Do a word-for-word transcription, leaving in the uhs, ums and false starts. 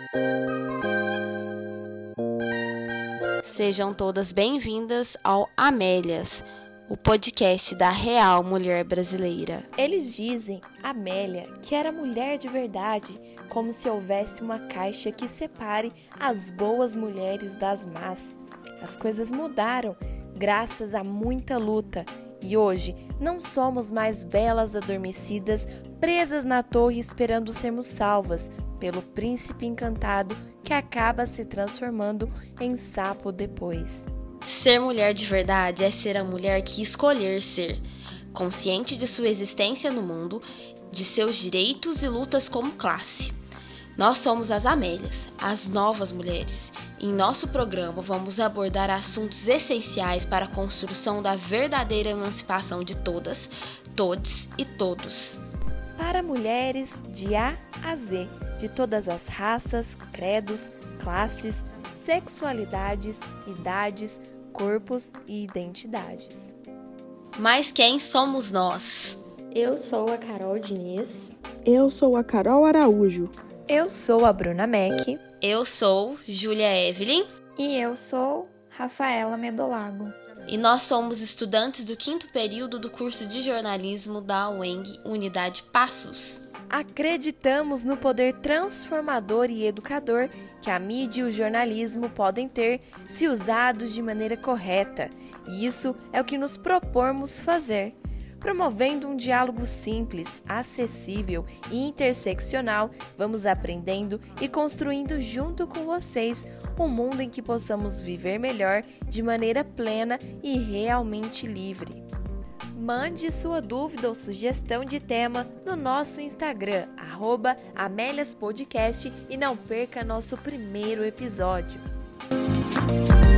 Sejam todas bem-vindas ao Amélias, o podcast da Real Mulher Brasileira. Eles dizem, Amélia, que era mulher de verdade, como se houvesse uma caixa que separe as boas mulheres das más. As coisas mudaram, graças a muita luta, e hoje não somos mais belas adormecidas, presas na torre esperando sermos salvas pelo príncipe encantado que acaba se transformando em sapo depois. Ser mulher de verdade é ser a mulher que escolher ser, consciente de sua existência no mundo, de seus direitos e lutas como classe. Nós somos as Amélias, as novas mulheres. Em nosso programa vamos abordar assuntos essenciais para a construção da verdadeira emancipação de todas, todes e todos. Para mulheres de A a Z, de todas as raças, credos, classes, sexualidades, idades, corpos e identidades. Mas quem somos nós? Eu sou a Carol Diniz. Eu sou a Carol Araújo. Eu sou a Bruna Mack. Eu sou Júlia Evelyn. E eu sou Rafaela Medolago. E nós somos estudantes do quinto período do curso de jornalismo da U E N G, Unidade Passos. Acreditamos no poder transformador e educador que a mídia e o jornalismo podem ter se usados de maneira correta. E isso é o que nos propomos fazer. Promovendo um diálogo simples, acessível e interseccional, vamos aprendendo e construindo junto com vocês um mundo em que possamos viver melhor de maneira plena e realmente livre. Mande sua dúvida ou sugestão de tema no nosso Instagram, arroba Amélias Podcast, e não perca nosso primeiro episódio.